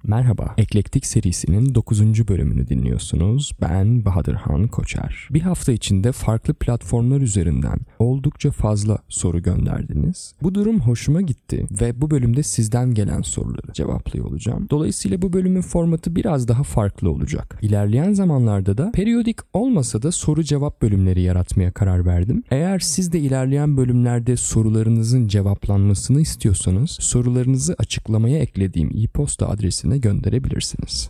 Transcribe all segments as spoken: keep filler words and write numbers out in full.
Merhaba, Eklektik serisinin dokuzuncu bölümünü dinliyorsunuz. Ben Bahadırhan Koçer. Bir hafta içinde farklı platformlar üzerinden oldukça fazla soru gönderdiniz. Bu durum hoşuma gitti ve bu bölümde sizden gelen soruları cevaplıyor olacağım. Dolayısıyla bu bölümün formatı biraz daha farklı olacak. İlerleyen zamanlarda da periyodik olmasa da soru cevap bölümleri yaratmaya karar verdim. Eğer siz de ilerleyen bölümlerde sorularınızın cevaplanmasını istiyorsanız sorularınızı açıklamaya eklediğim e-posta adresine gönderebilirsiniz.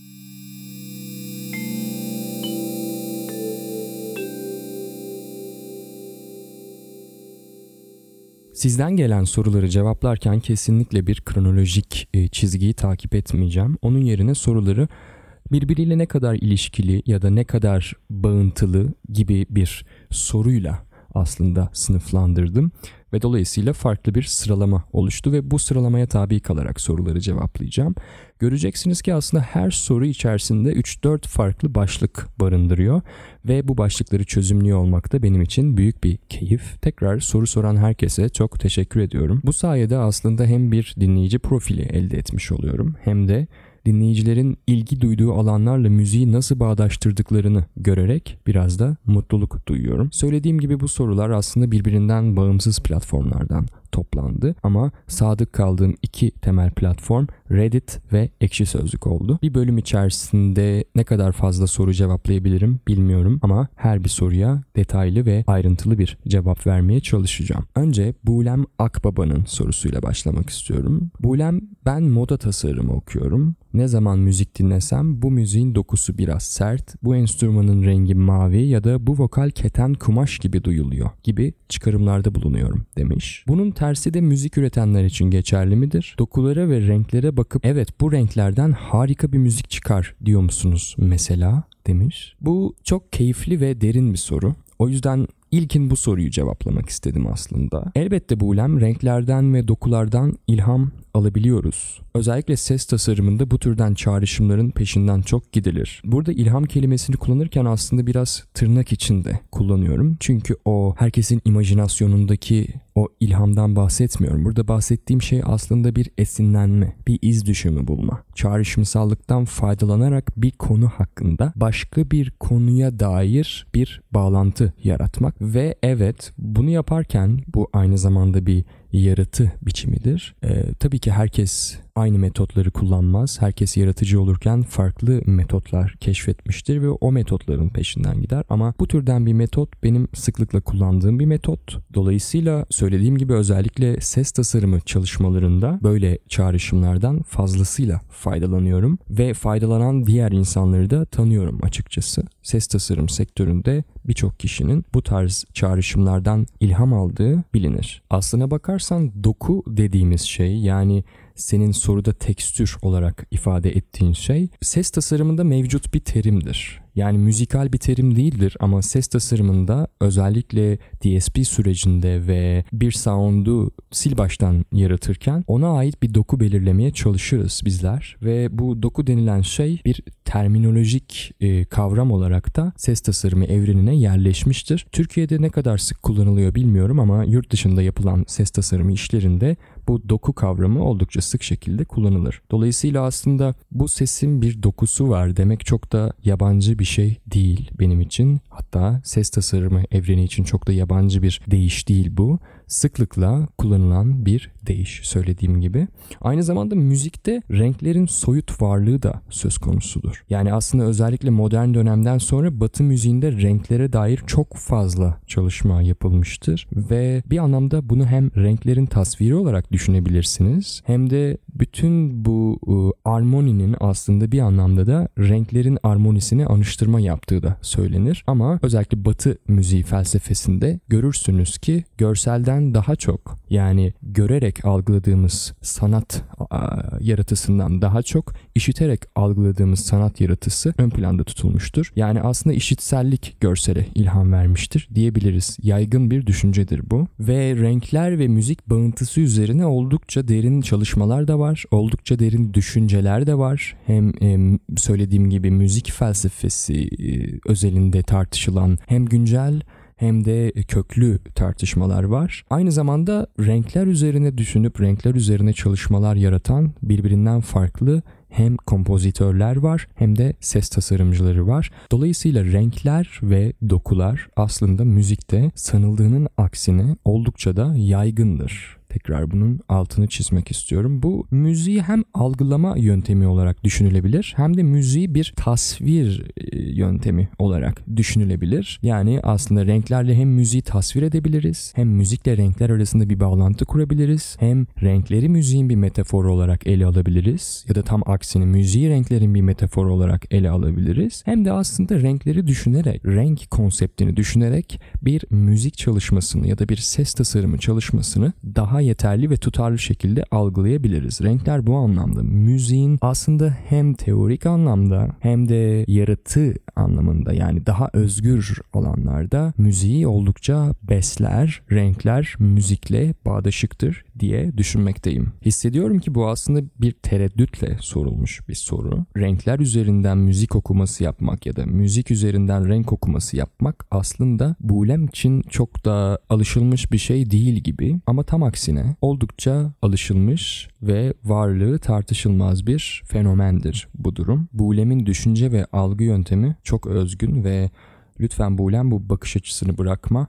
Sizden gelen soruları cevaplarken kesinlikle bir kronolojik çizgiyi takip etmeyeceğim. Onun yerine soruları birbiriyle ne kadar ilişkili ya da ne kadar bağıntılı gibi bir soruyla aslında sınıflandırdım ve dolayısıyla farklı bir sıralama oluştu ve bu sıralamaya tabi kalarak soruları cevaplayacağım. Göreceksiniz ki aslında her soru içerisinde üç dört farklı başlık barındırıyor ve bu başlıkları çözümlüyor olmak da benim için büyük bir keyif. Tekrar soru soran herkese çok teşekkür ediyorum. Bu sayede aslında hem bir dinleyici profili elde etmiş oluyorum hem de dinleyicilerin ilgi duyduğu alanlarla müziği nasıl bağdaştırdıklarını görerek biraz da mutluluk duyuyorum. Söylediğim gibi bu sorular aslında birbirinden bağımsız platformlardan toplandı ama sadık kaldığım iki temel platform Reddit ve Ekşi Sözlük oldu. Bir bölüm içerisinde ne kadar fazla soru cevaplayabilirim bilmiyorum ama her bir soruya detaylı ve ayrıntılı bir cevap vermeye çalışacağım. Önce Bulem Akbaba'nın sorusuyla başlamak istiyorum. Bulem, ben moda tasarımı okuyorum. Ne zaman müzik dinlesem bu müziğin dokusu biraz sert, bu enstrümanın rengi mavi ya da bu vokal keten kumaş gibi duyuluyor gibi çıkarımlarda bulunuyorum demiş. Bunun tersi de müzik üretenler için geçerli midir? Dokulara ve renklere bakıp evet bu renklerden harika bir müzik çıkar diyor musunuz mesela demiş. Bu çok keyifli ve derin bir soru. O yüzden İlkin bu soruyu cevaplamak istedim aslında. Elbette Bulem, renklerden ve dokulardan ilham alabiliyoruz. Özellikle ses tasarımında bu türden çağrışımların peşinden çok gidilir. Burada ilham kelimesini kullanırken aslında biraz tırnak içinde kullanıyorum. Çünkü o herkesin imajinasyonundaki o ilhamdan bahsetmiyorum. Burada bahsettiğim şey aslında bir esinlenme, bir iz düşümü bulma. Çağrışımsallıktan faydalanarak bir konu hakkında başka bir konuya dair bir bağlantı yaratmak. Ve evet, bunu yaparken bu aynı zamanda bir yaratı biçimidir. Ee, tabii ki herkes aynı metotları kullanmaz. Herkes yaratıcı olurken farklı metotlar keşfetmiştir ve o metotların peşinden gider. Ama bu türden bir metot benim sıklıkla kullandığım bir metot. Dolayısıyla söylediğim gibi özellikle ses tasarımı çalışmalarında böyle çağrışımlardan fazlasıyla faydalanıyorum ve faydalanan diğer insanları da tanıyorum açıkçası. Ses tasarım sektöründe birçok kişinin bu tarz çağrışımlardan ilham aldığı bilinir. Aslına bakarsan doku dediğimiz şey, yani senin soruda tekstür olarak ifade ettiğin şey ses tasarımında mevcut bir terimdir. Yani müzikal bir terim değildir ama ses tasarımında özellikle D S P sürecinde ve bir sound'u sil baştan yaratırken ona ait bir doku belirlemeye çalışırız bizler ve bu doku denilen şey bir terminolojik e, kavram olarak da ses tasarımı evrenine yerleşmiştir. Türkiye'de ne kadar sık kullanılıyor bilmiyorum ama yurt dışında yapılan ses tasarımı işlerinde bu doku kavramı oldukça sık şekilde kullanılır. Dolayısıyla aslında bu sesin bir dokusu var demek çok da yabancı bir şey değil benim için. Hatta ses tasarımı evreni için çok da yabancı bir deyiş değil bu. Sıklıkla kullanılan bir deyiş söylediğim gibi. Aynı zamanda müzikte renklerin soyut varlığı da söz konusudur. Yani aslında özellikle modern dönemden sonra Batı müziğinde renklere dair çok fazla çalışma yapılmıştır. Ve bir anlamda bunu hem renklerin tasviri olarak düşünebilirsiniz hem de bütün bu e, armoninin aslında bir anlamda da renklerin armonisini anıştırma yaptığı da söylenir. Ama özellikle Batı müziği felsefesinde görürsünüz ki görselden daha çok, yani görerek algıladığımız sanat a, yaratısından daha çok işiterek algıladığımız sanat yaratısı ön planda tutulmuştur. Yani aslında işitsellik görsele ilham vermiştir diyebiliriz. Yaygın bir düşüncedir bu. Ve renkler ve müzik bağıntısı üzerine oldukça derin çalışmalar da var. Oldukça derin düşünceler de var. Hem, hem söylediğim gibi müzik felsefesi e, özelinde tartışılan hem güncel hem de köklü tartışmalar var. Aynı zamanda renkler üzerine düşünüp renkler üzerine çalışmalar yaratan birbirinden farklı hem kompozitörler var hem de ses tasarımcıları var. Dolayısıyla renkler ve dokular aslında müzikte sanıldığının aksine oldukça da yaygındır. Tekrar bunun altını çizmek istiyorum. Bu müziği hem algılama yöntemi olarak düşünülebilir hem de müziği bir tasvir yöntemi olarak düşünülebilir. Yani aslında renklerle hem müziği tasvir edebiliriz, hem müzikle renkler arasında bir bağlantı kurabiliriz, hem renkleri müziğin bir metaforu olarak ele alabiliriz ya da tam aksine müziği renklerin bir metaforu olarak ele alabiliriz. Hem de aslında renkleri düşünerek, renk konseptini düşünerek bir müzik çalışmasını ya da bir ses tasarımı çalışmasını daha yeterli ve tutarlı şekilde algılayabiliriz. Renkler bu anlamda müziğin aslında hem teorik anlamda hem de yaratı anlamında, yani daha özgür alanlarda müziği oldukça besler. Renkler müzikle bağdaşıktır diye düşünmekteyim. Hissediyorum ki bu aslında bir tereddütle sorulmuş bir soru. Renkler üzerinden müzik okuması yapmak ya da müzik üzerinden renk okuması yapmak aslında Boulez için çok da alışılmış bir şey değil gibi, ama tam aksine oldukça alışılmış ve varlığı tartışılmaz bir fenomendir bu durum. Boulez'in düşünce ve algı yöntemi çok özgün ve lütfen Boulez bu bakış açısını bırakma.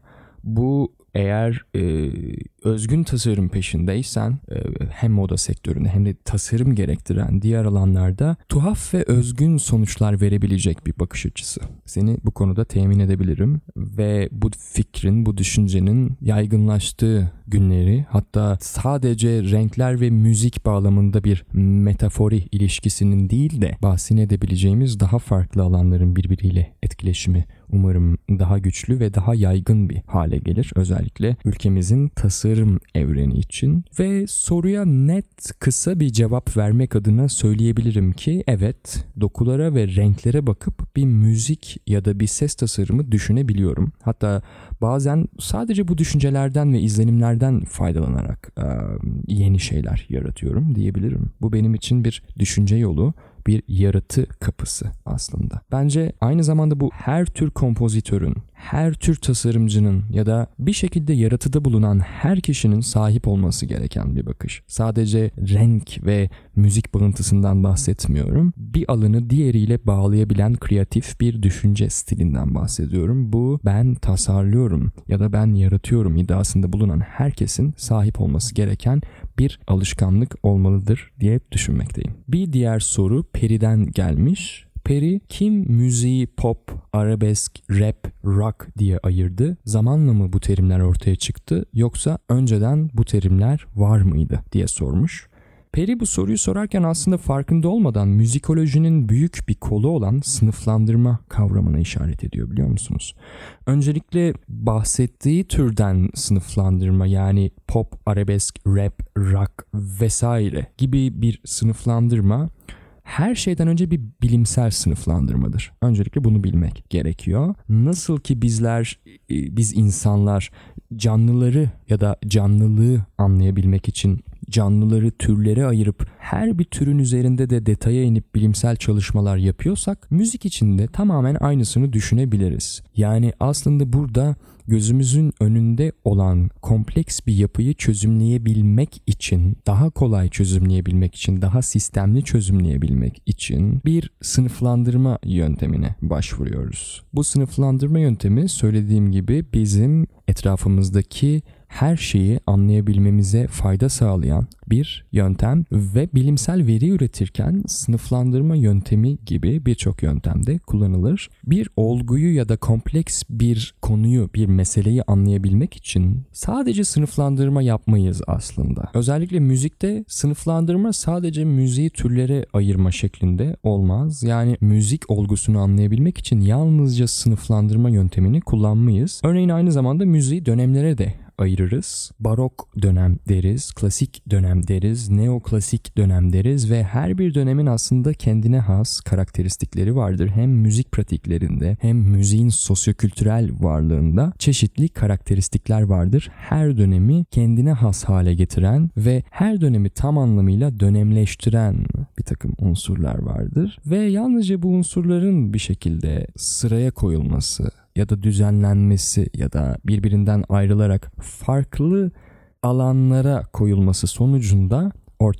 Bu eğer e, özgün tasarım peşindeysen e, hem moda sektöründe hem de tasarım gerektiren diğer alanlarda tuhaf ve özgün sonuçlar verebilecek bir bakış açısı. Seni bu konuda temin edebilirim ve bu fikrin, bu düşüncenin yaygınlaştığı günleri, hatta sadece renkler ve müzik bağlamında bir metafori ilişkisinin değil de bahsini edebileceğimiz daha farklı alanların birbiriyle etkileşimi umarım daha güçlü ve daha yaygın bir hale gelir. Özellikle ülkemizin tasarım evreni için. Ve soruya net, kısa bir cevap vermek adına söyleyebilirim ki evet, dokulara ve renklere bakıp bir müzik ya da bir ses tasarımı düşünebiliyorum. Hatta bazen sadece bu düşüncelerden ve izlenimlerden faydalanarak e, yeni şeyler yaratıyorum diyebilirim. Bu benim için bir düşünce yolu, bir yaratı kapısı aslında. Bence aynı zamanda bu her tür kompozitörün, her tür tasarımcının ya da bir şekilde yaratıda bulunan her kişinin sahip olması gereken bir bakış. Sadece renk ve müzik bağıntısından bahsetmiyorum. Bir alanı diğeriyle bağlayabilen kreatif bir düşünce stilinden bahsediyorum. Bu ben tasarlıyorum ya da ben yaratıyorum iddiasında bulunan herkesin sahip olması gereken bir alışkanlık olmalıdır diye düşünmekteyim. Bir diğer soru Peri'den gelmiş. Peri, kim müziği pop, arabesk, rap, rock diye ayırdı? Zamanla mı bu terimler ortaya çıktı, yoksa önceden bu terimler var mıydı diye sormuş. Peri bu soruyu sorarken aslında farkında olmadan müzikolojinin büyük bir kolu olan sınıflandırma kavramına işaret ediyor, biliyor musunuz? Öncelikle bahsettiği türden sınıflandırma, yani pop, arabesk, rap, rock vesaire gibi bir sınıflandırma her şeyden önce bir bilimsel sınıflandırmadır. Öncelikle bunu bilmek gerekiyor. Nasıl ki bizler, biz insanlar canlıları ya da canlılığı anlayabilmek için canlıları türlere ayırıp her bir türün üzerinde de detaya inip bilimsel çalışmalar yapıyorsak, müzik için de tamamen aynısını düşünebiliriz. Yani aslında burada gözümüzün önünde olan kompleks bir yapıyı çözümleyebilmek için, daha kolay çözümleyebilmek için, daha sistemli çözümleyebilmek için bir sınıflandırma yöntemine başvuruyoruz. Bu sınıflandırma yöntemi, söylediğim gibi, bizim etrafımızdaki her şeyi anlayabilmemize fayda sağlayan bir yöntem ve bilimsel veri üretirken sınıflandırma yöntemi gibi birçok yöntemde kullanılır. Bir olguyu ya da kompleks bir konuyu, bir meseleyi anlayabilmek için sadece sınıflandırma yapmayız aslında. Özellikle müzikte sınıflandırma sadece müziği türlere ayırma şeklinde olmaz. Yani müzik olgusunu anlayabilmek için yalnızca sınıflandırma yöntemini kullanmayız. Örneğin aynı zamanda müziği dönemlere de ayırırız. Barok dönem deriz, klasik dönem deriz, neoklasik dönem deriz ve her bir dönemin aslında kendine has karakteristikleri vardır. Hem müzik pratiklerinde hem müziğin sosyokültürel varlığında çeşitli karakteristikler vardır. Her dönemi kendine has hale getiren ve her dönemi tam anlamıyla dönemleştiren bir takım unsurlar vardır. Ve yalnızca bu unsurların bir şekilde sıraya koyulması ya da düzenlenmesi ya da birbirinden ayrılarak farklı alanlara koyulması sonucunda ortaya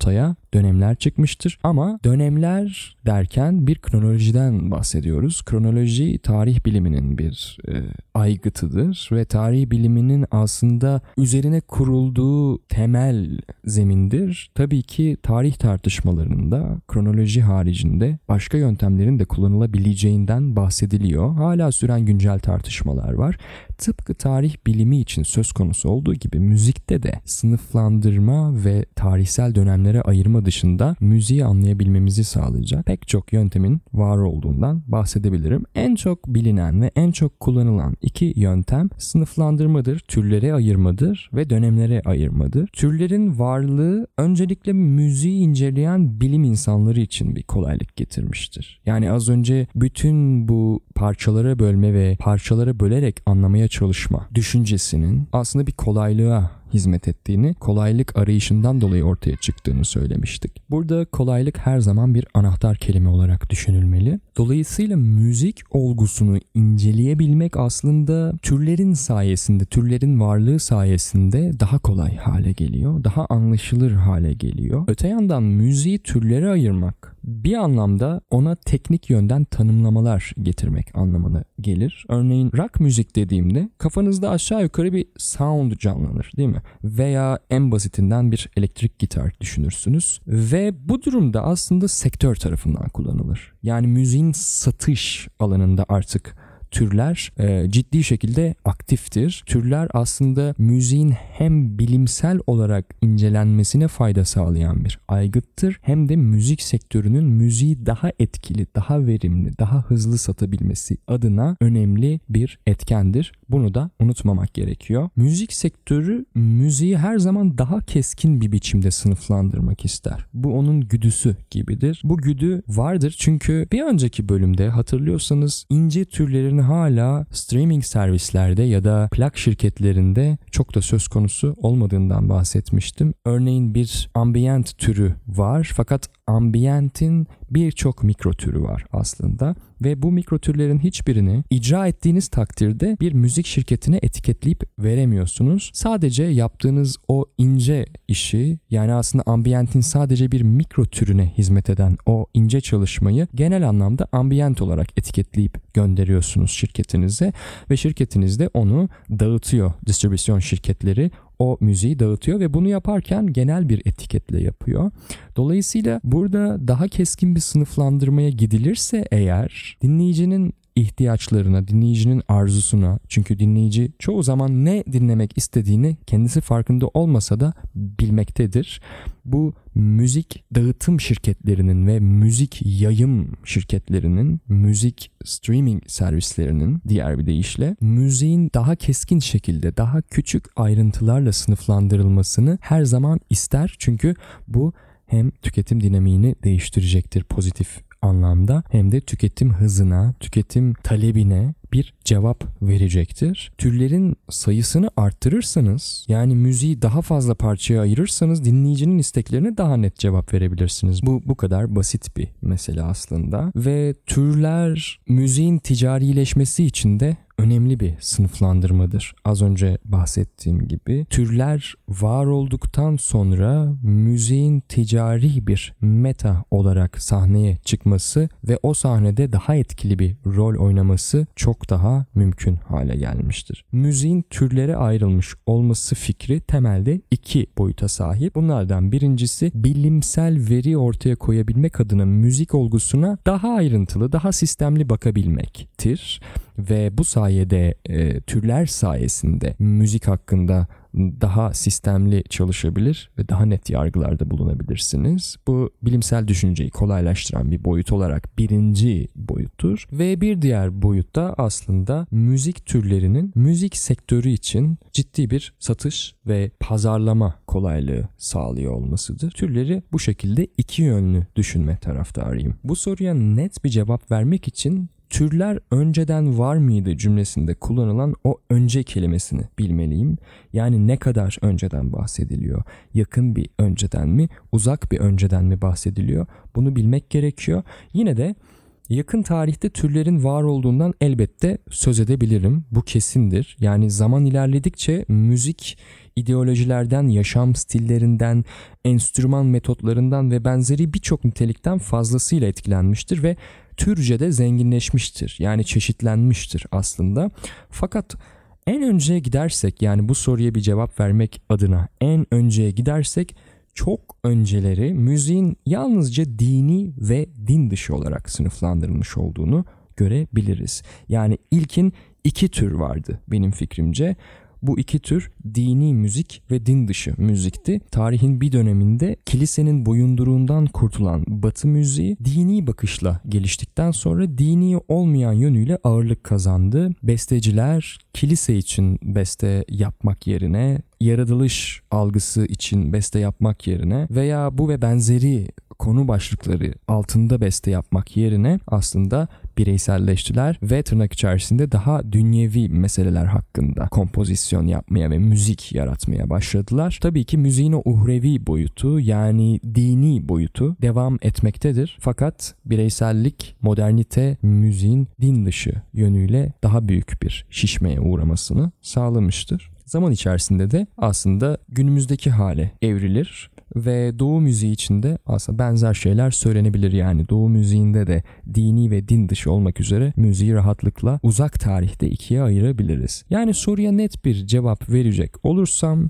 dönemler çıkmıştır. Ama dönemler derken bir kronolojiden bahsediyoruz. Kronoloji tarih biliminin bir e, aygıtıdır ve tarih biliminin aslında üzerine kurulduğu temel zemindir. Tabii ki tarih tartışmalarında kronoloji haricinde başka yöntemlerin de kullanılabileceğinden bahsediliyor. Hala süren güncel tartışmalar var. Tıpkı tarih bilimi için söz konusu olduğu gibi müzikte de sınıflandırma ve tarihsel dönemlere ayırma dışında müziği anlayabilmemizi sağlayacak pek çok yöntemin var olduğundan bahsedebilirim. En çok bilinen ve en çok kullanılan iki yöntem sınıflandırmadır, türlere ayırmadır ve dönemlere ayırmadır. Türlerin varlığı öncelikle müziği inceleyen bilim insanları için bir kolaylık getirmiştir. Yani az önce bütün bu parçalara bölme ve parçalara bölerek anlamaya çalışma düşüncesinin aslında bir kolaylığa hizmet ettiğini, kolaylık arayışından dolayı ortaya çıktığını söylemiştik. Burada kolaylık her zaman bir anahtar kelime olarak düşünülmeli. Dolayısıyla müzik olgusunu inceleyebilmek aslında türlerin sayesinde, türlerin varlığı sayesinde daha kolay hale geliyor, daha anlaşılır hale geliyor. Öte yandan müziği türlere ayırmak bir anlamda ona teknik yönden tanımlamalar getirmek anlamına gelir. Örneğin rock müzik dediğimde kafanızda aşağı yukarı bir sound canlanır, değil mi? Veya en basitinden bir elektrik gitar düşünürsünüz. Ve bu durumda aslında sektör tarafından kullanılır. Yani müziğin satış alanında artık türler e, ciddi şekilde aktiftir. Türler aslında müziğin hem bilimsel olarak incelenmesine fayda sağlayan bir aygıttır, hem de müzik sektörünün müziği daha etkili, daha verimli, daha hızlı satabilmesi adına önemli bir etkendir. Bunu da unutmamak gerekiyor. Müzik sektörü müziği her zaman daha keskin bir biçimde sınıflandırmak ister. Bu onun güdüsü gibidir. Bu güdü vardır çünkü bir önceki bölümde hatırlıyorsanız ince türlerin hala streaming servislerde ya da plak şirketlerinde çok da söz konusu olmadığından bahsetmiştim. Örneğin bir ambient türü var fakat ambientin birçok mikro türü var aslında ve bu mikro türlerin hiçbirini icra ettiğiniz takdirde bir müzik şirketine etiketleyip veremiyorsunuz. Sadece yaptığınız o ince işi, yani aslında ambientin sadece bir mikro türüne hizmet eden o ince çalışmayı genel anlamda ambient olarak etiketleyip gönderiyorsunuz şirketinize ve şirketiniz de onu dağıtıyor. Distribüsyon şirketleri o müziği dağıtıyor ve bunu yaparken genel bir etiketle yapıyor. Dolayısıyla burada daha keskin bir sınıflandırmaya gidilirse eğer dinleyicinin ihtiyaçlarına, dinleyicinin arzusuna, çünkü dinleyici çoğu zaman ne dinlemek istediğini kendisi farkında olmasa da bilmektedir. Bu müzik dağıtım şirketlerinin ve müzik yayım şirketlerinin, müzik streaming servislerinin diğer bir deyişle müziğin daha keskin şekilde, daha küçük ayrıntılarla sınıflandırılmasını her zaman ister. Çünkü bu hem tüketim dinamiğini değiştirecektir pozitif anlamda, hem de tüketim hızına, tüketim talebine bir cevap verecektir. Türlerin sayısını arttırırsanız, yani müziği daha fazla parçaya ayırırsanız dinleyicinin isteklerine daha net cevap verebilirsiniz. Bu bu kadar basit bir mesele aslında ve türler müziğin ticarileşmesi için de önemli bir sınıflandırmadır. Az önce bahsettiğim gibi türler var olduktan sonra müziğin ticari bir meta olarak sahneye çıkması ve o sahnede daha etkili bir rol oynaması çok daha mümkün hale gelmiştir. Müziğin türlere ayrılmış olması fikri temelde iki boyuta sahip. Bunlardan birincisi bilimsel veri ortaya koyabilmek adına müzik olgusuna daha ayrıntılı, daha sistemli bakabilmektir. Ve bu sayede e, türler sayesinde müzik hakkında daha sistemli çalışabilir ve daha net yargılarda bulunabilirsiniz. Bu bilimsel düşünceyi kolaylaştıran bir boyut olarak birinci boyuttur. Ve bir diğer boyutta aslında müzik türlerinin müzik sektörü için ciddi bir satış ve pazarlama kolaylığı sağlıyor olmasıdır. Türleri bu şekilde iki yönlü düşünme taraftarıyım. Bu soruya net bir cevap vermek için türler önceden var mıydı cümlesinde kullanılan o önce kelimesini bilmeliyim. Yani ne kadar önceden bahsediliyor? Yakın bir önceden mi, uzak bir önceden mi bahsediliyor? Bunu bilmek gerekiyor. Yine de Yakın tarihte türlerin var olduğundan elbette söz edebilirim. Bu kesindir. Yani zaman ilerledikçe müzik ideolojilerden, yaşam stillerinden, enstrüman metotlarından ve benzeri birçok nitelikten fazlasıyla etkilenmiştir ve türce de zenginleşmiştir. Yani çeşitlenmiştir aslında. Fakat en önceye gidersek, yani bu soruya bir cevap vermek adına en önceye gidersek, çok önceleri müziğin yalnızca dini ve din dışı olarak sınıflandırılmış olduğunu görebiliriz. Yani ilkin iki tür vardı benim fikrimce. Bu iki tür dini müzik ve din dışı müzikti. Tarihin bir döneminde kilisenin boyunduruğundan kurtulan Batı müziği dini bakışla geliştikten sonra dini olmayan yönüyle ağırlık kazandı. Besteciler kilise için beste yapmak yerine, yaratılış algısı için beste yapmak yerine veya bu ve benzeri konu başlıkları altında beste yapmak yerine aslında bireyselleştiler ve tırnak içerisinde daha dünyevi meseleler hakkında kompozisyon yapmaya ve müzik yaratmaya başladılar. Tabii ki müziğin o uhrevi boyutu, yani dini boyutu devam etmektedir. Fakat bireysellik, modernite müziğin din dışı yönüyle daha büyük bir şişmeye uğramasını sağlamıştır. Zaman içerisinde de aslında günümüzdeki hale evrilir. Ve Doğu müziği içinde aslında benzer şeyler söylenebilir. Yani Doğu müziğinde de dini ve din dışı olmak üzere müziği rahatlıkla uzak tarihte ikiye ayırabiliriz. Yani soruya net bir cevap verecek olursam,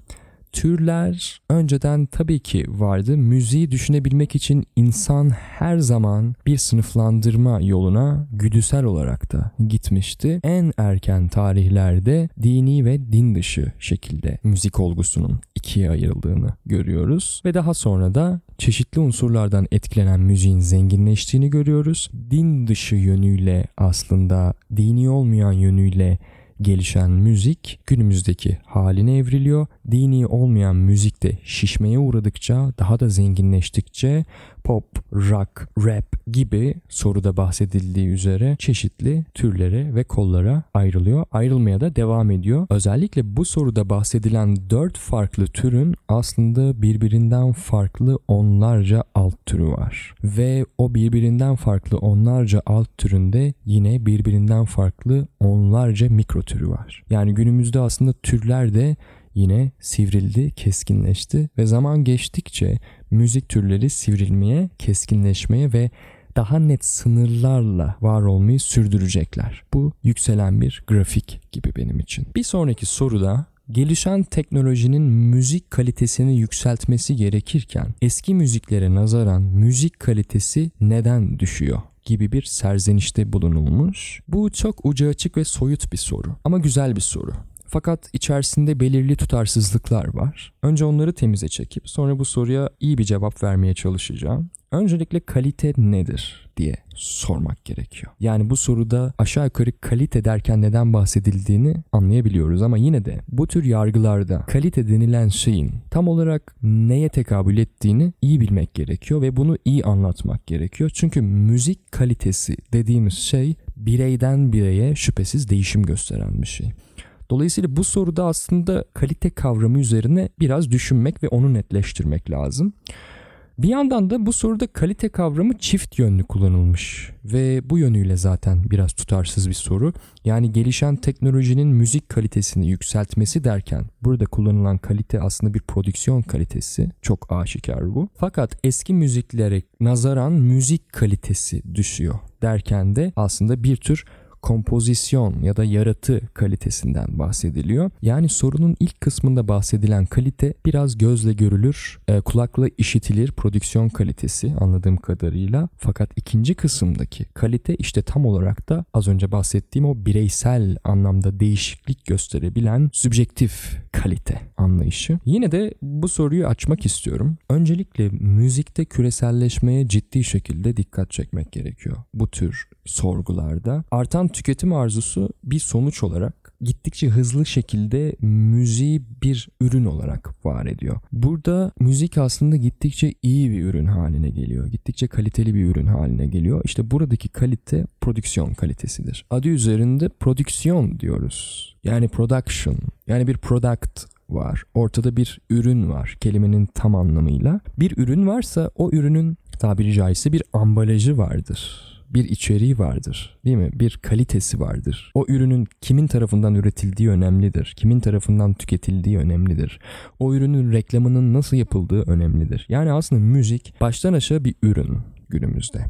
türler önceden tabii ki vardı. Müziği düşünebilmek için insan her zaman bir sınıflandırma yoluna güdüsel olarak da gitmişti. En erken tarihlerde dini ve din dışı şekilde müzik olgusunun ikiye ayrıldığını görüyoruz. Ve daha sonra da çeşitli unsurlardan etkilenen müziğin zenginleştiğini görüyoruz. Din dışı yönüyle, aslında dini olmayan yönüyle gelişen müzik günümüzdeki haline evriliyor. Dini olmayan müzik de şişmeye uğradıkça, daha da zenginleştikçe pop, rock, rap gibi soruda bahsedildiği üzere çeşitli türlere ve kollara ayrılıyor. Ayrılmaya da devam ediyor. Özellikle bu soruda bahsedilen dört farklı türün aslında birbirinden farklı onlarca alt türü var. Ve o birbirinden farklı onlarca alt türünde yine birbirinden farklı onlarca mikro türü var. Yani günümüzde aslında türler de yine sivrildi, keskinleşti ve zaman geçtikçe müzik türleri sivrilmeye, keskinleşmeye ve daha net sınırlarla var olmayı sürdürecekler. Bu yükselen bir grafik gibi benim için. Bir sonraki soruda gelişen teknolojinin müzik kalitesini yükseltmesi gerekirken eski müziklere nazaran müzik kalitesi neden düşüyor gibi bir serzenişte bulunulmuş. Bu çok ucu açık ve soyut bir soru ama güzel bir soru. Fakat içerisinde belirli tutarsızlıklar var. Önce onları temize çekip sonra bu soruya iyi bir cevap vermeye çalışacağım. Öncelikle kalite nedir diye sormak gerekiyor. Yani bu soruda aşağı yukarı kalite derken neden bahsedildiğini anlayabiliyoruz ama yine de bu tür yargılarda kalite denilen şeyin tam olarak neye tekabül ettiğini iyi bilmek gerekiyor ve bunu iyi anlatmak gerekiyor. Çünkü müzik kalitesi dediğimiz şey bireyden bireye şüphesiz değişim gösteren bir şey. Dolayısıyla bu soruda aslında kalite kavramı üzerine biraz düşünmek ve onu netleştirmek lazım. Bir yandan da bu soruda kalite kavramı çift yönlü kullanılmış ve bu yönüyle zaten biraz tutarsız bir soru. Yani gelişen teknolojinin müzik kalitesini yükseltmesi derken burada kullanılan kalite aslında bir prodüksiyon kalitesi. Çok aşikar bu. Fakat eski müziklere nazaran müzik kalitesi düşüyor derken de aslında bir tür kompozisyon ya da yaratı kalitesinden bahsediliyor. Yani sorunun ilk kısmında bahsedilen kalite biraz gözle görülür, e, kulakla işitilir prodüksiyon kalitesi anladığım kadarıyla. Fakat ikinci kısımdaki kalite işte tam olarak da az önce bahsettiğim o bireysel anlamda değişiklik gösterebilen sübjektif kalite anlayışı. Yine de bu soruyu açmak istiyorum. Öncelikle müzikte küreselleşmeye ciddi şekilde dikkat çekmek gerekiyor. Bu tür sorgularda artan tüketim arzusu bir sonuç olarak gittikçe hızlı şekilde müziği bir ürün olarak var ediyor. Burada müzik aslında gittikçe iyi bir ürün haline geliyor. Gittikçe kaliteli bir ürün haline geliyor. İşte buradaki kalite prodüksiyon kalitesidir. Adı üzerinde prodüksiyon diyoruz. Yani production, yani bir product var. Ortada bir ürün var kelimenin tam anlamıyla. Bir ürün varsa o ürünün tabiri caizse bir ambalajı vardır. bir içeriği vardır, değil mi? Bir kalitesi vardır. O ürünün kimin tarafından üretildiği önemlidir. Kimin tarafından tüketildiği önemlidir. O ürünün reklamının nasıl yapıldığı önemlidir. Yani aslında müzik baştan aşağı bir ürün günümüzde.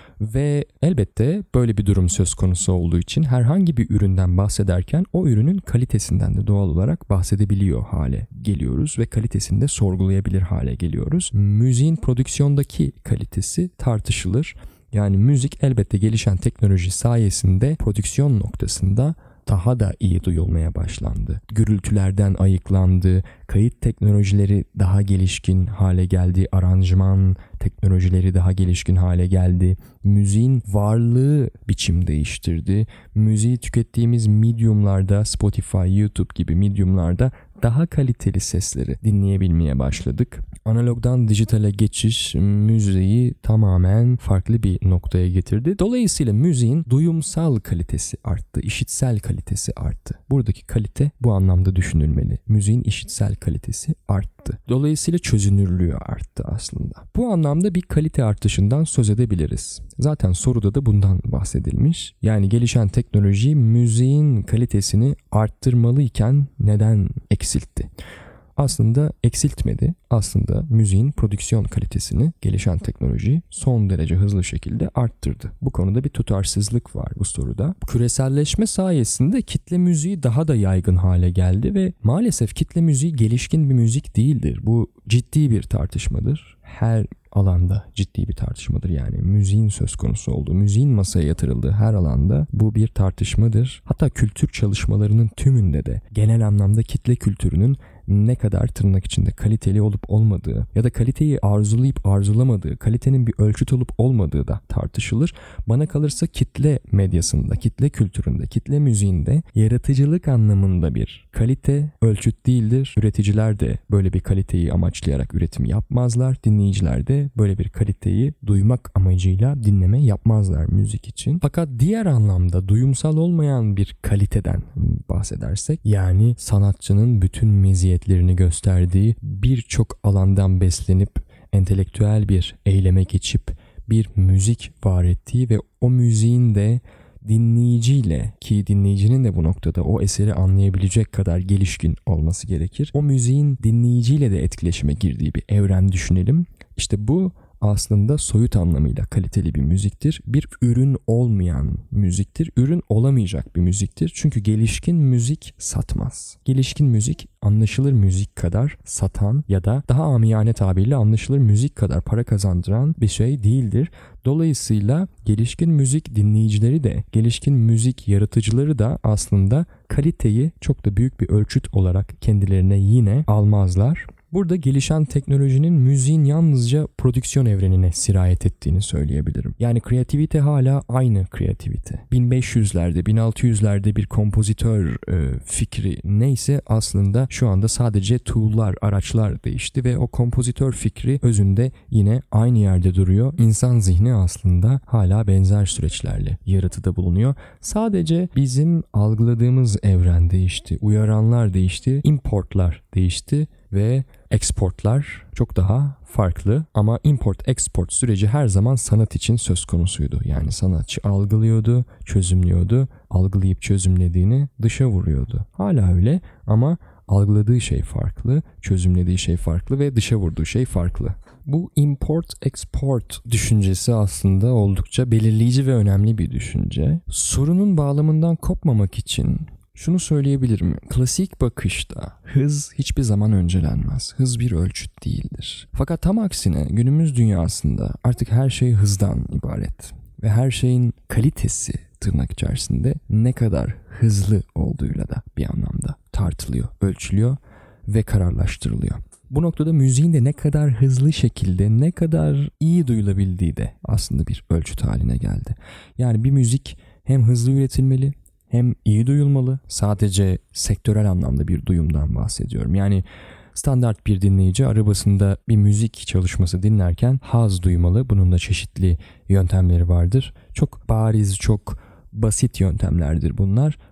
Ve elbette böyle bir durum söz konusu olduğu için herhangi bir üründen bahsederken o ürünün kalitesinden de doğal olarak bahsedebiliyor hale geliyoruz ve kalitesini de sorgulayabilir hale geliyoruz. Müziğin prodüksiyondaki kalitesi tartışılır. Yani müzik elbette gelişen teknoloji sayesinde prodüksiyon noktasında daha da iyi duyulmaya başlandı. Gürültülerden ayıklandı, kayıt teknolojileri daha gelişkin hale geldi, aranjman teknolojileri daha gelişkin hale geldi. Müziğin varlığı biçim değiştirdi. Müziği tükettiğimiz medyumlarda, Spotify, YouTube gibi medyumlarda daha kaliteli sesleri dinleyebilmeye başladık. Analogdan dijitale geçiş müziği tamamen farklı bir noktaya getirdi. Dolayısıyla müziğin duyumsal kalitesi arttı, işitsel kalitesi arttı. Buradaki kalite bu anlamda düşünülmeli. Müziğin işitsel kalitesi arttı. Dolayısıyla çözünürlüğü arttı aslında. Bu anlamda bir kalite artışından söz edebiliriz. Zaten soruda da bundan bahsedilmiş. Yani gelişen teknoloji müziğin kalitesini arttırmalıyken neden eksiltti? Aslında eksiltmedi. Aslında müziğin prodüksiyon kalitesini gelişen teknoloji son derece hızlı şekilde arttırdı. Bu konuda bir tutarsızlık var bu soruda. Küreselleşme sayesinde kitle müziği daha da yaygın hale geldi ve maalesef kitle müziği gelişkin bir müzik değildir. Bu ciddi bir tartışmadır. Her alanda ciddi bir tartışmadır. Yani müziğin söz konusu olduğu, müziğin masaya yatırıldığı her alanda bu bir tartışmadır. Hatta kültür çalışmalarının tümünde de genel anlamda kitle kültürünün ne kadar tırnak içinde kaliteli olup olmadığı ya da kaliteyi arzulayıp arzulamadığı, kalitenin bir ölçüt olup olmadığı da tartışılır. Bana kalırsa kitle medyasında, kitle kültüründe, kitle müziğinde yaratıcılık anlamında bir kalite ölçüt değildir. Üreticiler de böyle bir kaliteyi amaçlayarak üretim yapmazlar. Dinleyiciler de böyle bir kaliteyi duymak amacıyla dinleme yapmazlar müzik için. Fakat diğer anlamda duyumsal olmayan bir kaliteden bahsedersek, yani sanatçının bütün meziyetlerini gösterdiği, birçok alandan beslenip entelektüel bir eyleme geçip bir müzik var ettiği ve o müziğin de dinleyiciyle, ki dinleyicinin de bu noktada o eseri anlayabilecek kadar gelişkin olması gerekir. O müziğin dinleyiciyle de etkileşime girdiği bir evren düşünelim. İşte bu aslında soyut anlamıyla kaliteli bir müziktir. Bir ürün olmayan müziktir. Ürün olamayacak bir müziktir. Çünkü gelişkin müzik satmaz. Gelişkin müzik anlaşılır müzik kadar satan ya da daha amiyane tabirle anlaşılır müzik kadar para kazandıran bir şey değildir. Dolayısıyla gelişkin müzik dinleyicileri de, gelişkin müzik yaratıcıları da aslında kaliteyi çok da büyük bir ölçüt olarak kendilerine yine almazlar. Burada gelişen teknolojinin müziğin yalnızca prodüksiyon evrenine sirayet ettiğini söyleyebilirim. Yani kreativite hala aynı kreativite. bin beş yüzlerde, bin altı yüzlerde bir kompozitör e, fikri neyse aslında şu anda sadece tool'lar, araçlar değişti ve o kompozitör fikri özünde yine aynı yerde duruyor. İnsan zihni aslında hala benzer süreçlerle yaratıda bulunuyor. Sadece bizim algıladığımız evren değişti, uyaranlar değişti, importlar değişti ve exportlar çok daha farklı, ama import-export süreci her zaman sanat için söz konusuydu. Yani sanatçı algılıyordu, çözümlüyordu, algılayıp çözümlediğini dışa vuruyordu. Hala öyle ama algıladığı şey farklı, çözümlediği şey farklı ve dışa vurduğu şey farklı. Bu import-export düşüncesi aslında oldukça belirleyici ve önemli bir düşünce. Sorunun bağlamından kopmamak için şunu söyleyebilirim. Klasik bakışta hız hiçbir zaman öncelenmez. Hız bir ölçüt değildir. Fakat tam aksine günümüz dünyasında artık her şey hızdan ibaret. Ve her şeyin kalitesi tırnak içerisinde ne kadar hızlı olduğuyla da bir anlamda tartılıyor, ölçülüyor ve kararlaştırılıyor. Bu noktada müziğin de ne kadar hızlı şekilde, ne kadar iyi duyulabildiği de aslında bir ölçüt haline geldi. Yani bir müzik hem hızlı üretilmeli, hem iyi duyulmalı. Sadece sektörel anlamda bir duyumdan bahsediyorum. Yani standart bir dinleyici arabasında bir müzik çalışması dinlerken haz duymalı. Bunun da çeşitli yöntemleri vardır. Çok bariz, çok basit yöntemlerdir bunlar.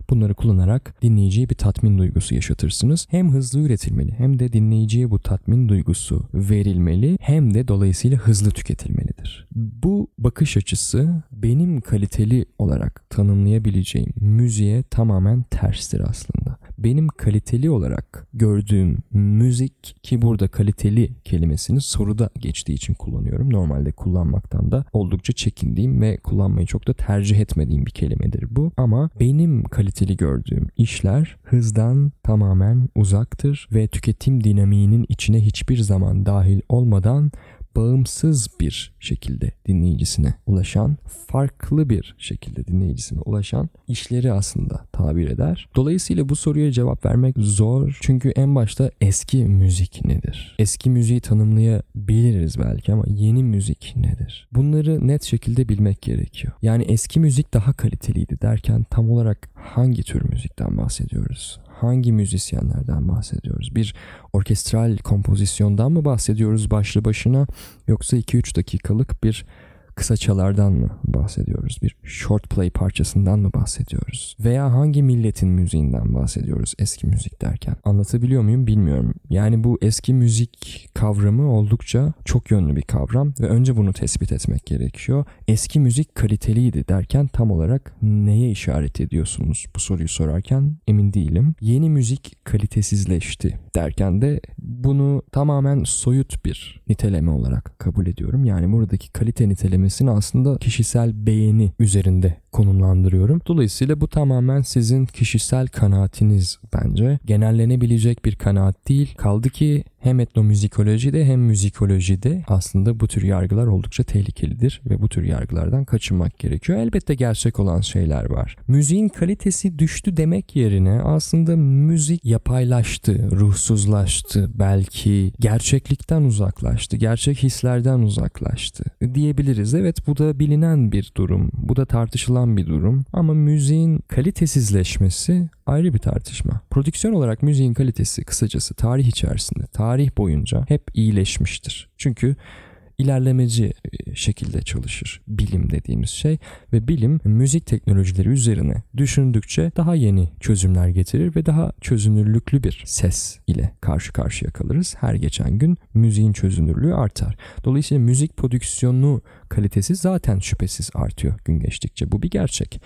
Bunları kullanarak dinleyiciye bir tatmin duygusu yaşatırsınız. Hem hızlı üretilmeli hem de dinleyiciye bu tatmin duygusu verilmeli hem de dolayısıyla hızlı tüketilmelidir. Bu bakış açısı benim kaliteli olarak tanımlayabileceğim müziğe tamamen terstir aslında. Benim kaliteli olarak gördüğüm müzik, ki burada kaliteli kelimesini soruda geçtiği için kullanıyorum. Normalde kullanmaktan da oldukça çekindiğim ve kullanmayı çok da tercih etmediğim bir kelimedir bu. Ama benim kaliteli gördüğüm işler hızdan tamamen uzaktır ve tüketim dinamiğinin içine hiçbir zaman dahil olmadan bağımsız bir şekilde dinleyicisine ulaşan, farklı bir şekilde dinleyicisine ulaşan işleri aslında tabir eder. Dolayısıyla bu soruya cevap vermek zor. Çünkü en başta eski müzik nedir? Eski müziği tanımlayabiliriz belki ama yeni müzik nedir? Bunları net şekilde bilmek gerekiyor. Yani eski müzik daha kaliteliydi derken tam olarak hangi tür müzikten bahsediyoruz? Hangi müzisyenlerden bahsediyoruz? Bir orkestral kompozisyondan mı bahsediyoruz başlı başına, yoksa iki üç dakikalık bir kısa çalardan mı bahsediyoruz? Bir short play parçasından mı bahsediyoruz? Veya hangi milletin müziğinden bahsediyoruz eski müzik derken? Anlatabiliyor muyum bilmiyorum. Yani bu eski müzik kavramı oldukça çok yönlü bir kavram ve önce bunu tespit etmek gerekiyor. Eski müzik kaliteliydi derken tam olarak neye işaret ediyorsunuz? Bu soruyu sorarken emin değilim. Yeni müzik kalitesizleşti derken de bunu tamamen soyut bir niteleme olarak kabul ediyorum. Yani buradaki kalite nitelemesini aslında kişisel beğeni üzerinde konumlandırıyorum. Dolayısıyla bu tamamen sizin kişisel kanaatiniz bence. Genellenebilecek bir kanaat değil. Kaldı ki hem etnomüzikolojide hem müzikolojide aslında bu tür yargılar oldukça tehlikelidir ve bu tür yargılardan kaçınmak gerekiyor. Elbette gerçek olan şeyler var. Müziğin kalitesi düştü demek yerine aslında müzik yapaylaştı, ruhsuzlaştı, belki gerçeklikten uzaklaştı, gerçek hislerden uzaklaştı diyebiliriz. Evet, bu da bilinen bir durum, bu da tartışılan bir durum ama müziğin kalitesizleşmesi ayrı bir tartışma. Prodüksiyon olarak müziğin kalitesi kısacası tarih içerisinde, tarih boyunca hep iyileşmiştir. Çünkü ilerlemeci şekilde çalışır bilim dediğimiz şey ve bilim müzik teknolojileri üzerine düşündükçe daha yeni çözümler getirir ve daha çözünürlüklü bir ses ile karşı karşıya kalırız. Her geçen gün müziğin çözünürlüğü artar. Dolayısıyla müzik prodüksiyonu kalitesi zaten şüphesiz artıyor gün geçtikçe. Bu bir gerçek.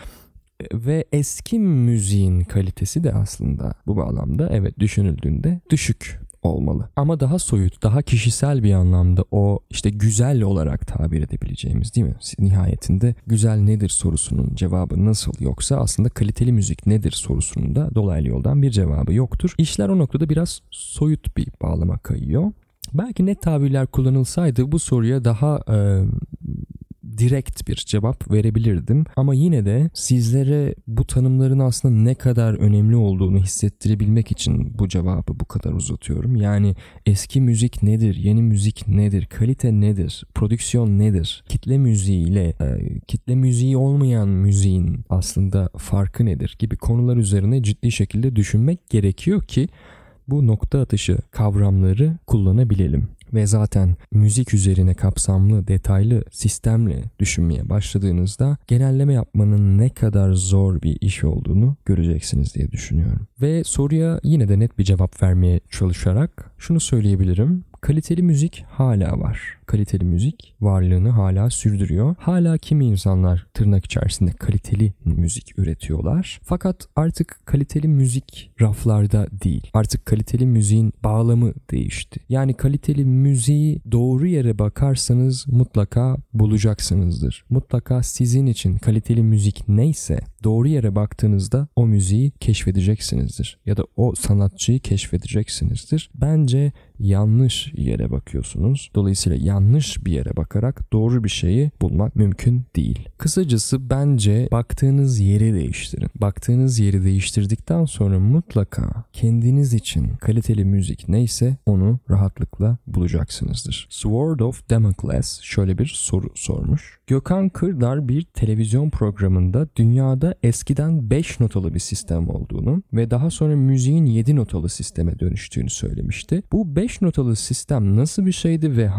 Ve eski müziğin kalitesi de aslında bu bağlamda evet düşünüldüğünde düşük olmalı. Ama daha soyut, daha kişisel bir anlamda o işte güzel olarak tabir edebileceğimiz, değil mi? Nihayetinde güzel nedir sorusunun cevabı nasıl yoksa aslında kaliteli müzik nedir sorusunun da dolaylı yoldan bir cevabı yoktur. İşler o noktada biraz soyut bir bağlama kayıyor. Belki net tabirler kullanılsaydı bu soruya daha e, direkt bir cevap verebilirdim. Ama yine de sizlere bu tanımların aslında ne kadar önemli olduğunu hissettirebilmek için bu cevabı bu kadar uzatıyorum. Yani eski müzik nedir, yeni müzik nedir, kalite nedir, prodüksiyon nedir, kitle müziğiyle e, kitle müziği olmayan müziğin aslında farkı nedir gibi konular üzerine ciddi şekilde düşünmek gerekiyor ki bu nokta atışı kavramları kullanabilelim. Ve zaten müzik üzerine kapsamlı, detaylı sistemle düşünmeye başladığınızda genelleme yapmanın ne kadar zor bir iş olduğunu göreceksiniz diye düşünüyorum. Ve soruya yine de net bir cevap vermeye çalışarak şunu söyleyebilirim. Kaliteli müzik hala var. Kaliteli müzik varlığını hala sürdürüyor. Hala kimi insanlar tırnak içerisinde kaliteli müzik üretiyorlar. Fakat artık kaliteli müzik raflarda değil. Artık kaliteli müziğin bağlamı değişti. Yani kaliteli müziği doğru yere bakarsanız mutlaka bulacaksınızdır. Mutlaka sizin için kaliteli müzik neyse doğru yere baktığınızda o müziği keşfedeceksinizdir. Ya da o sanatçıyı keşfedeceksinizdir. Bence yanlış yere bakıyorsunuz. Dolayısıyla yanlış bir yere bakarak doğru bir şeyi bulmak mümkün değil. Kısacası bence baktığınız yeri değiştirin. Baktığınız yeri değiştirdikten sonra mutlaka kendiniz için kaliteli müzik neyse onu rahatlıkla bulacaksınızdır. Sword of Damocles şöyle bir soru sormuş. Gökhan Kırdar bir televizyon programında dünyada eskiden beş notalı bir sistem olduğunu ve daha sonra müziğin yedi notalı sisteme dönüştüğünü söylemişti. Bu beş notalı sistem nasıl bir şeydi ve hangi zaman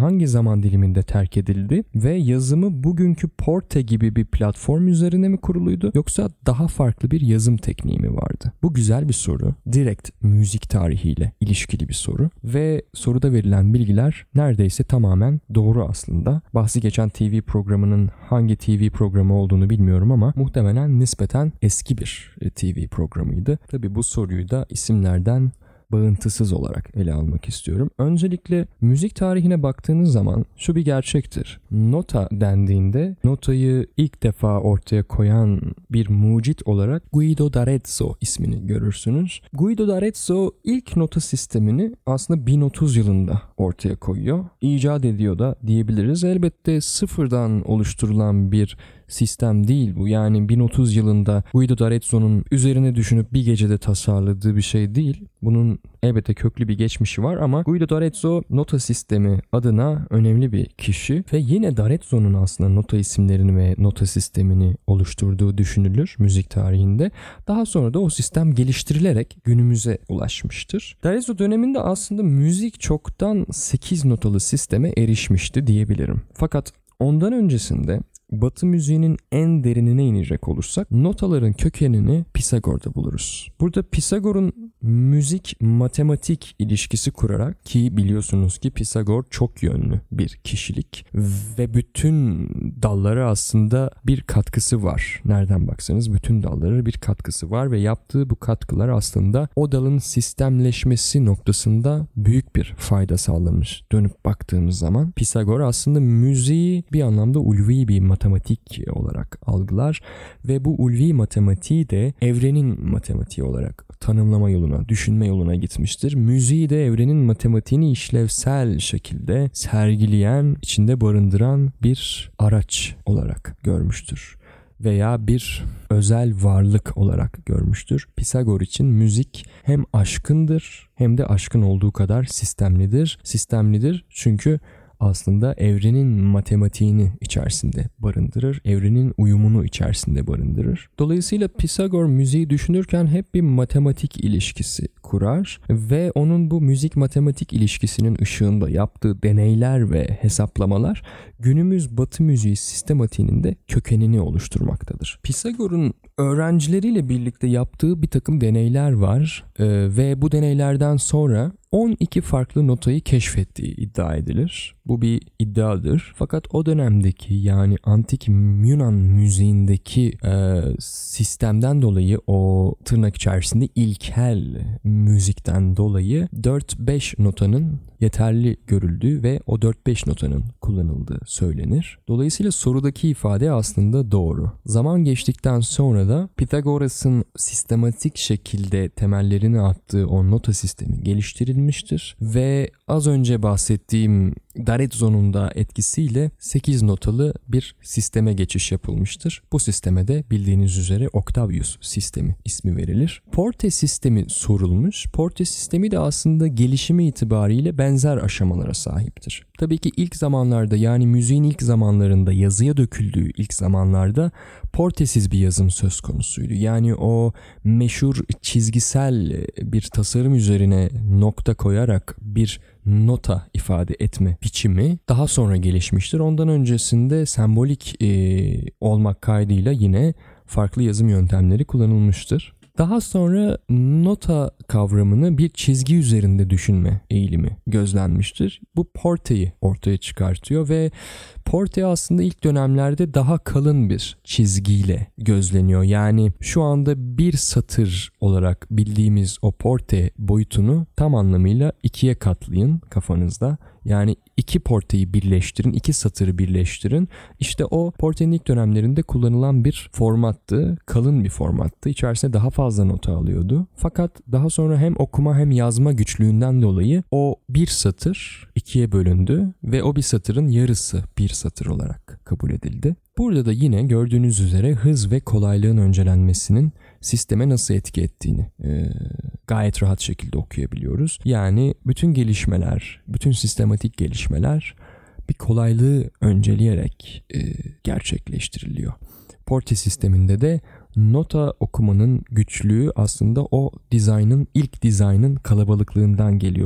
zaman diliminde terk edildi ve yazımı bugünkü Porte gibi bir platform üzerine mi kuruluydu yoksa daha farklı bir yazım tekniği mi vardı? Bu güzel bir soru. Direkt müzik tarihiyle ilişkili bir soru ve soruda verilen bilgiler neredeyse tamamen doğru aslında. Bahsi geçen T V programının hangi T V programı olduğunu bilmiyorum ama muhtemelen nispeten eski bir T V programıydı. Tabii bu soruyu da isimlerden bağıntısız olarak ele almak istiyorum. Öncelikle müzik tarihine baktığınız zaman şu bir gerçektir. Nota dendiğinde notayı ilk defa ortaya koyan bir mucit olarak Guido d'Arezzo ismini görürsünüz. Guido d'Arezzo ilk nota sistemini aslında bin otuz yılında ortaya koyuyor. İcat ediyor da diyebiliriz. Elbette sıfırdan oluşturulan bir sistem değil bu. Yani bin otuz yılında Guido d'Arezzo'nun üzerine düşünüp bir gecede tasarladığı bir şey değil. Bunun elbette köklü bir geçmişi var ama Guido d'Arezzo nota sistemi adına önemli bir kişi ve yine d'Arezzo'nun aslında nota isimlerini ve nota sistemini oluşturduğu düşünülür müzik tarihinde. Daha sonra da o sistem geliştirilerek günümüze ulaşmıştır. D'Arezzo döneminde aslında müzik çoktan sekiz notalı sisteme erişmişti diyebilirim. Fakat ondan öncesinde Batı müziğinin en derinine inecek olursak notaların kökenini Pisagor'da buluruz. Burada Pisagor'un müzik matematik ilişkisi kurarak, ki biliyorsunuz ki Pisagor çok yönlü bir kişilik ve bütün dallara aslında bir katkısı var. Nereden baksanız bütün dallara bir katkısı var ve yaptığı bu katkılar aslında o dalın sistemleşmesi noktasında büyük bir fayda sağlamış. Dönüp baktığımız zaman Pisagor aslında müziği bir anlamda ulvi bir matematik olarak algılar ve bu ulvi matematiği de evrenin matematiği olarak tanımlama yoluna, düşünme yoluna gitmiştir. Müziği de evrenin matematiğini işlevsel şekilde sergileyen, içinde barındıran bir araç olarak görmüştür veya bir özel varlık olarak görmüştür. Pisagor için müzik hem aşkındır hem de aşkın olduğu kadar sistemlidir. Sistemlidir çünkü aslında evrenin matematiğini içerisinde barındırır, evrenin uyumunu içerisinde barındırır. Dolayısıyla Pisagor müziği düşünürken hep bir matematik ilişkisi kurar ve onun bu müzik matematik ilişkisinin ışığında yaptığı deneyler ve hesaplamalar günümüz Batı müziği sistematiğinin de kökenini oluşturmaktadır. Pisagor'un öğrencileriyle birlikte yaptığı bir takım deneyler var ee, ve bu deneylerden sonra on iki farklı notayı keşfettiği iddia edilir. Bu bir iddiadır. Fakat o dönemdeki yani antik Yunan müziğindeki e, sistemden dolayı o tırnak içerisinde ilkel müzikten dolayı dört beş notanın yeterli görüldüğü ve o dört beş notanın kullanıldığı söylenir. Dolayısıyla sorudaki ifade aslında doğru. Zaman geçtikten sonra da Pitagoras'ın sistematik şekilde temellerini attığı o nota sistemi geliştirilmiştir ve az önce bahsettiğim d'Arezzo'nun da etkisiyle sekiz notalı bir sisteme geçiş yapılmıştır. Bu sisteme de bildiğiniz üzere Octavius sistemi ismi verilir. Porte sistemi sorulmuş. Porte sistemi de aslında gelişimi itibariyle benzer aşamalara sahiptir. Tabii ki ilk zamanlarda yani müziğin ilk zamanlarında yazıya döküldüğü ilk zamanlarda portesiz bir yazım söz konusuydu. Yani o meşhur çizgisel bir tasarım üzerine nokta koyarak bir nota ifade etme biçimi daha sonra gelişmiştir. Ondan öncesinde sembolik e, olmak kaydıyla yine farklı yazım yöntemleri kullanılmıştır. Daha sonra nota kavramını bir çizgi üzerinde düşünme eğilimi gözlenmiştir. Bu porteyi ortaya çıkartıyor ve porte aslında ilk dönemlerde daha kalın bir çizgiyle gözleniyor. Yani şu anda bir satır olarak bildiğimiz o porte boyutunu tam anlamıyla ikiye katlayın kafanızda. Yani iki porteyi birleştirin, iki satırı birleştirin. İşte o portenin ilk dönemlerinde kullanılan bir formattı, kalın bir formattı. İçerisine daha fazla nota alıyordu. Fakat daha sonra hem okuma hem yazma güçlüğünden dolayı o bir satır ikiye bölündü ve o bir satırın yarısı bir satır olarak kabul edildi. Burada da yine gördüğünüz üzere hız ve kolaylığın öncelenmesinin sisteme nasıl etki ettiğini e, gayet rahat şekilde okuyabiliyoruz. Yani bütün gelişmeler, bütün sistematik gelişmeler bir kolaylığı önceleyerek e, gerçekleştiriliyor. Porte sisteminde de nota okumanın güçlüğü aslında o dizaynın, ilk dizaynın kalabalıklığından geliyordu.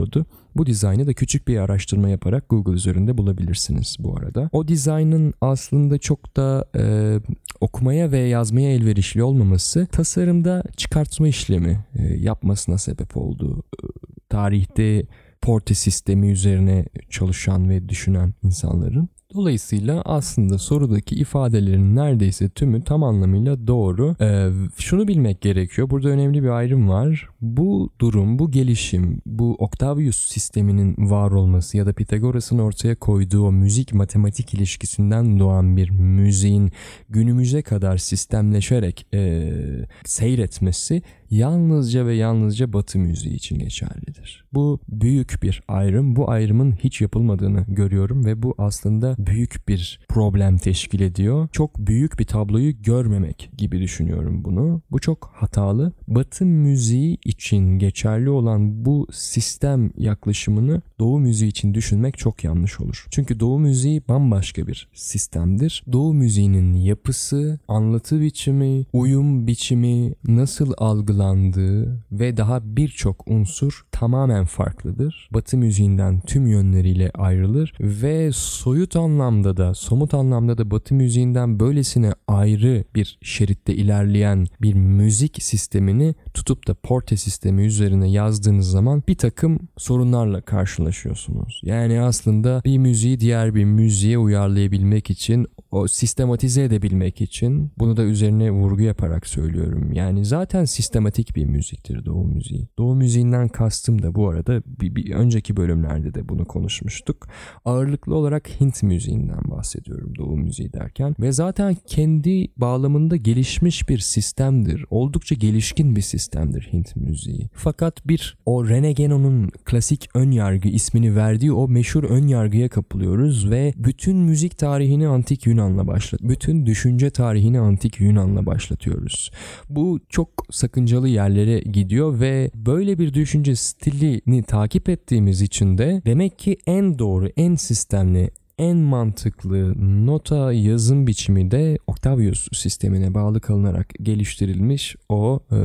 Bu dizaynı da küçük bir araştırma yaparak Google üzerinde bulabilirsiniz bu arada. O dizaynın aslında çok da e, okumaya ve yazmaya elverişli olmaması tasarımda çıkartma işlemi e, yapmasına sebep oldu. E, tarihte Porte sistemi üzerine çalışan ve düşünen insanların. Dolayısıyla aslında sorudaki ifadelerin neredeyse tümü tam anlamıyla doğru. Ee, şunu bilmek gerekiyor. Burada önemli bir ayrım var. Bu durum, bu gelişim, bu Octavius sisteminin var olması ya da Pitagoras'ın ortaya koyduğu o müzik matematik ilişkisinden doğan bir müziğin günümüze kadar sistemleşerek e, seyretmesi yalnızca ve yalnızca Batı müziği için geçerlidir. Bu büyük bir ayrım. Bu ayrımın hiç yapılmadığını görüyorum ve bu aslında büyük bir problem teşkil ediyor. Çok büyük bir tabloyu görmemek gibi düşünüyorum bunu. Bu çok hatalı. Batı müziği için geçerli olan bu sistem yaklaşımını Doğu müziği için düşünmek çok yanlış olur. Çünkü Doğu müziği bambaşka bir sistemdir. Doğu müziğinin yapısı, anlatı biçimi, uyum biçimi, nasıl algılandığı ve daha birçok unsur tamamen farklıdır. Batı müziğinden tüm yönleriyle ayrılır ve soyut anlamda da, somut anlamda da Batı müziğinden böylesine ayrı bir şeritte ilerleyen bir müzik sistemini tutup da Porte sistemi üzerine yazdığınız zaman bir takım sorunlarla karşılaşıyorsunuz. Yani aslında bir müziği diğer bir müziğe uyarlayabilmek için, o sistematize edebilmek için, bunu da üzerine vurgu yaparak söylüyorum. Yani zaten sistematik bir müziktir Doğu müziği. Doğu müziğinden kastım da bu arada bir, bir önceki bölümlerde de bunu konuşmuştuk. Ağırlıklı olarak Hint müziğinden bahsediyorum Doğu müziği derken ve zaten kendi bağlamında gelişmiş bir sistemdir. Oldukça gelişkin bir sistemdir Hint müziği. Fakat bir o René Guénon'un klasik ön yargı ismini verdiği o meşhur ön yargıya kapılıyoruz ve bütün müzik tarihini antik Yunan'la başlat. Bütün düşünce tarihini antik Yunan'la başlatıyoruz. Bu çok sakıncalı yerlere gidiyor ve böyle bir düşünce stilini takip ettiğimiz için de demek ki en doğru, en sistemli, en mantıklı nota yazım biçimi de Octavius sistemine bağlı kalınarak geliştirilmiş o e,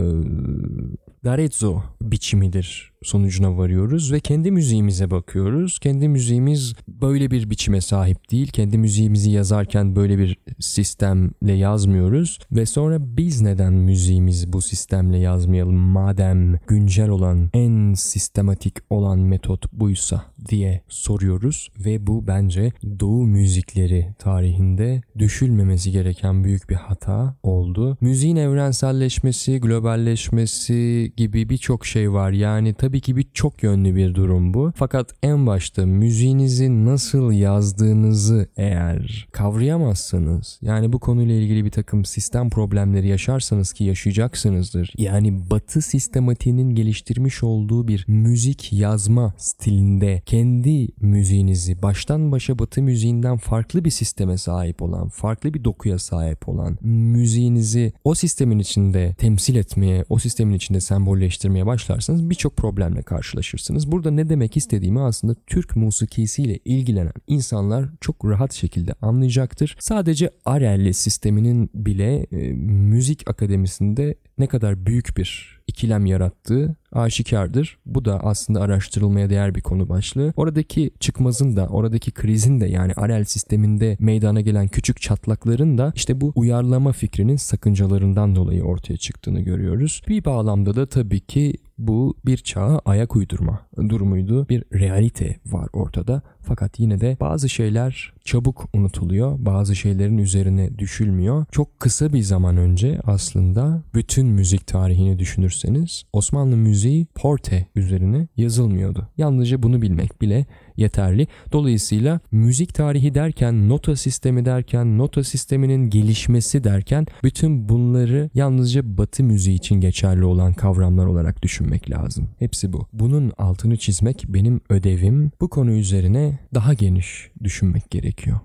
d'Arezzo biçimidir sonucuna varıyoruz ve kendi müziğimize bakıyoruz. Kendi müziğimiz böyle bir biçime sahip değil. Kendi müziğimizi yazarken böyle bir sistemle yazmıyoruz ve sonra biz neden müziğimizi bu sistemle yazmayalım madem güncel olan, en sistematik olan metot buysa diye soruyoruz ve bu bence Doğu müzikleri tarihinde düşülmemesi gereken büyük bir hata oldu. Müziğin evrenselleşmesi, globalleşmesi gibi birçok şey var. Yani tabii ki bir çok yönlü bir durum bu. Fakat en başta müziğinizi nasıl yazdığınızı eğer kavrayamazsanız, yani bu konuyla ilgili bir takım sistem problemleri yaşarsanız ki yaşayacaksınızdır. Yani Batı sistematiğinin geliştirmiş olduğu bir müzik yazma stilinde kendi müziğinizi baştan başa Batı müziğinden farklı bir sisteme sahip olan, farklı bir dokuya sahip olan müziğinizi o sistemin içinde temsil etmeye, o sistemin içinde sembolleştirmeye başlarsanız birçok problemle karşılaşırsınız. Burada ne demek istediğimi aslında Türk musikisiyle ilgilenen insanlar çok rahat şekilde anlayacaktır. Sadece Arel sisteminin bile e, müzik akademisinde ne kadar büyük bir ikilem yarattığı aşikardır. Bu da aslında araştırılmaya değer bir konu başlığı. Oradaki çıkmazın da, oradaki krizin de, yani Arel sisteminde meydana gelen küçük çatlakların da işte bu uyarlama fikrinin sakıncalarından dolayı ortaya çıktığını görüyoruz. Bir bağlamda da tabii ki bu bir çağa ayak uydurma durumuydu. Bir realite var ortada. Fakat yine de bazı şeyler çabuk unutuluyor. Bazı şeylerin üzerine düşülmüyor. Çok kısa bir zaman önce aslında bütün müzik tarihini düşünürseniz Osmanlı müziği Porte üzerine yazılmıyordu. Yalnızca bunu bilmek bile yeterli. Dolayısıyla müzik tarihi derken, nota sistemi derken, nota sisteminin gelişmesi derken bütün bunları yalnızca Batı müziği için geçerli olan kavramlar olarak düşünmek lazım. Hepsi bu. Bunun altını çizmek benim ödevim. Bu konu üzerine daha geniş düşünmek gerekiyor.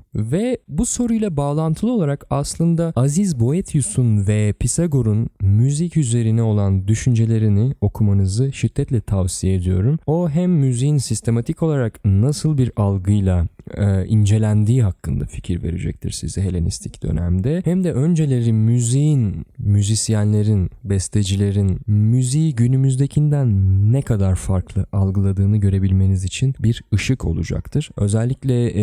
Ve bu soruyla bağlantılı olarak aslında Aziz Boethius'un ve Pisagor'un müzik üzerine olan düşüncelerini okumanızı şiddetle tavsiye ediyorum. O hem müziğin sistematik olarak nasıl bir algıyla e, incelendiği hakkında fikir verecektir size Helenistik dönemde, hem de önceleri müziğin, müzisyenlerin, bestecilerin müziği günümüzdekinden ne kadar farklı algıladığını görebilmeniz için bir ışık olacaktır. Özellikle e,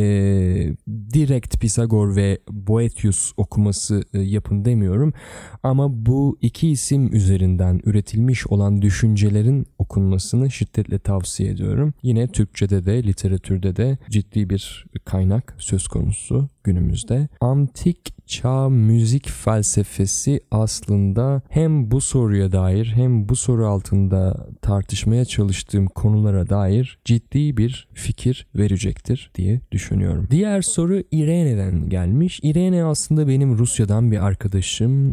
direkt Pisagor ve Boethius okuması e, yapın demiyorum ama bu iki isim üzerinden üretilmiş olan düşüncelerin okunmasını şiddetle tavsiye ediyorum. Yine Türkçe'de de literatürde de ciddi bir kaynak söz konusu günümüzde. Antik çağ müzik felsefesi aslında hem bu soruya dair hem bu soru altında tartışmaya çalıştığım konulara dair ciddi bir fikir verecektir diye düşünüyorum. Diğer soru İrene'den gelmiş. İrene aslında benim Rusya'dan bir arkadaşım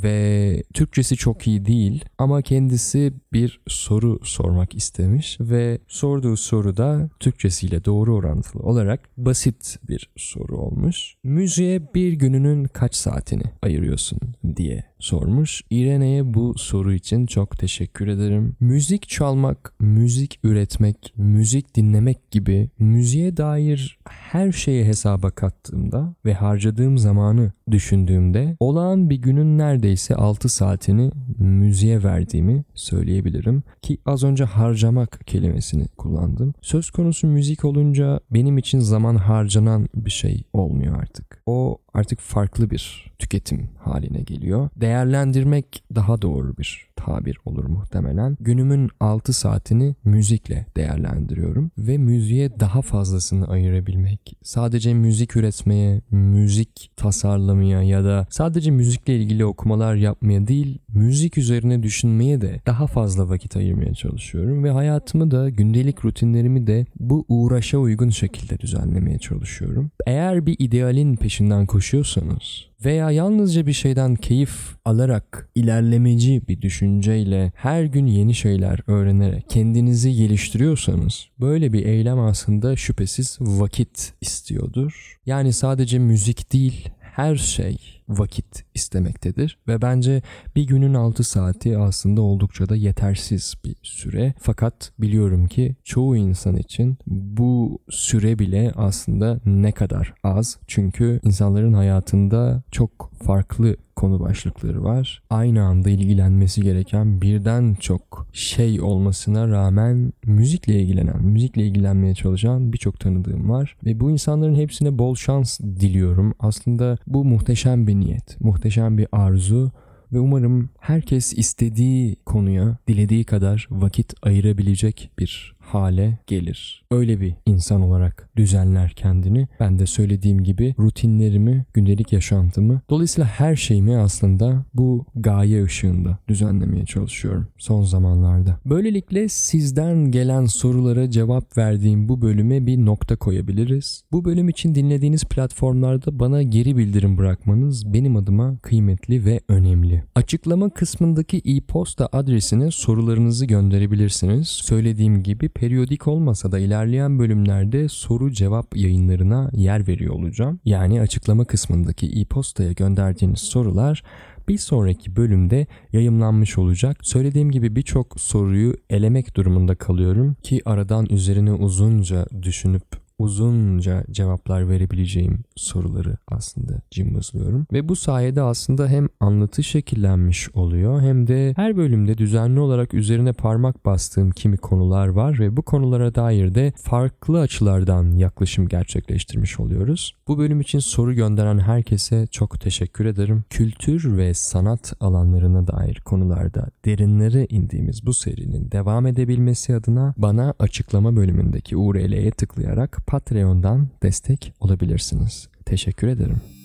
ve Türkçesi çok iyi değil ama kendisi bir soru sormak istemiş ve sorduğu soru da Türkçesiyle doğru orantılı olarak basit bir soru olmuş. Müziğe bir gününün kaç saatini ayırıyorsun diye sormuş. İrene'ye bu soru için çok teşekkür ederim. Müzik çalmak, müzik üretmek, müzik dinlemek gibi müziğe dair her şeyi hesaba kattığımda ve harcadığım zamanı düşündüğümde olağan bir günün neredeyse altı saatini müziğe verdiğimi söyleyebilirim. Ki az önce harcamak kelimesini kullandım. Söz konusu müzik olunca benim için zaman harcanan bir şey olmuyor artık. O artık farklı bir tüketim haline geliyor. Değerlendirmek daha doğru bir tabir olur muhtemelen. Günümün altı saatini müzikle değerlendiriyorum ve müziğe daha fazlasını ayırabilmek, sadece müzik üretmeye, müzik tasarlamaya ya da sadece müzikle ilgili okumalar yapmaya değil, müzik üzerine düşünmeye de daha fazla vakit ayırmaya çalışıyorum ve hayatımı da, gündelik rutinlerimi de bu uğraşa uygun şekilde düzenlemeye çalışıyorum. Eğer bir idealin peşinden koşuyorsanız veya yalnızca bir şeyden keyif alarak ilerlemeci bir düşünceyle her gün yeni şeyler öğrenerek kendinizi geliştiriyorsanız böyle bir eylem aslında şüphesiz vakit istiyordur. Yani sadece müzik değil, her şey vakit istemektedir ve bence bir günün altı saati aslında oldukça da yetersiz bir süre. Fakat biliyorum ki çoğu insan için bu süre bile aslında ne kadar az. Çünkü insanların hayatında çok farklı konu başlıkları var. Aynı anda ilgilenmesi gereken birden çok şey olmasına rağmen müzikle ilgilenen, müzikle ilgilenmeye çalışan birçok tanıdığım var. Ve bu insanların hepsine bol şans diliyorum. Aslında bu muhteşem bir niyet, muhteşem bir arzu ve umarım herkes istediği konuya dilediği kadar vakit ayırabilecek bir hale gelir. Öyle bir insan olarak düzenler kendini. Ben de söylediğim gibi rutinlerimi, gündelik yaşantımı, dolayısıyla her şeyimi aslında bu gaye ışığında düzenlemeye çalışıyorum son zamanlarda. Böylelikle sizden gelen sorulara cevap verdiğim bu bölüme bir nokta koyabiliriz. Bu bölüm için dinlediğiniz platformlarda bana geri bildirim bırakmanız benim adıma kıymetli ve önemli. Açıklama kısmındaki e-posta adresine sorularınızı gönderebilirsiniz. Söylediğim gibi periyodik olmasa da ilerleyen bölümlerde soru cevap yayınlarına yer veriyor olacağım. Yani açıklama kısmındaki e-postaya gönderdiğiniz sorular bir sonraki bölümde yayımlanmış olacak. Söylediğim gibi birçok soruyu elemek durumunda kalıyorum ki aradan üzerine uzunca düşünüp uzunca cevaplar verebileceğim soruları aslında cımbızlıyorum. Ve bu sayede aslında hem anlatı şekillenmiş oluyor hem de her bölümde düzenli olarak üzerine parmak bastığım kimi konular var ve bu konulara dair de farklı açılardan yaklaşım gerçekleştirmiş oluyoruz. Bu bölüm için soru gönderen herkese çok teşekkür ederim. Kültür ve sanat alanlarına dair konularda derinlere indiğimiz bu serinin devam edebilmesi adına bana açıklama bölümündeki U R L'ye tıklayarak Patreon'dan destek olabilirsiniz. Teşekkür ederim.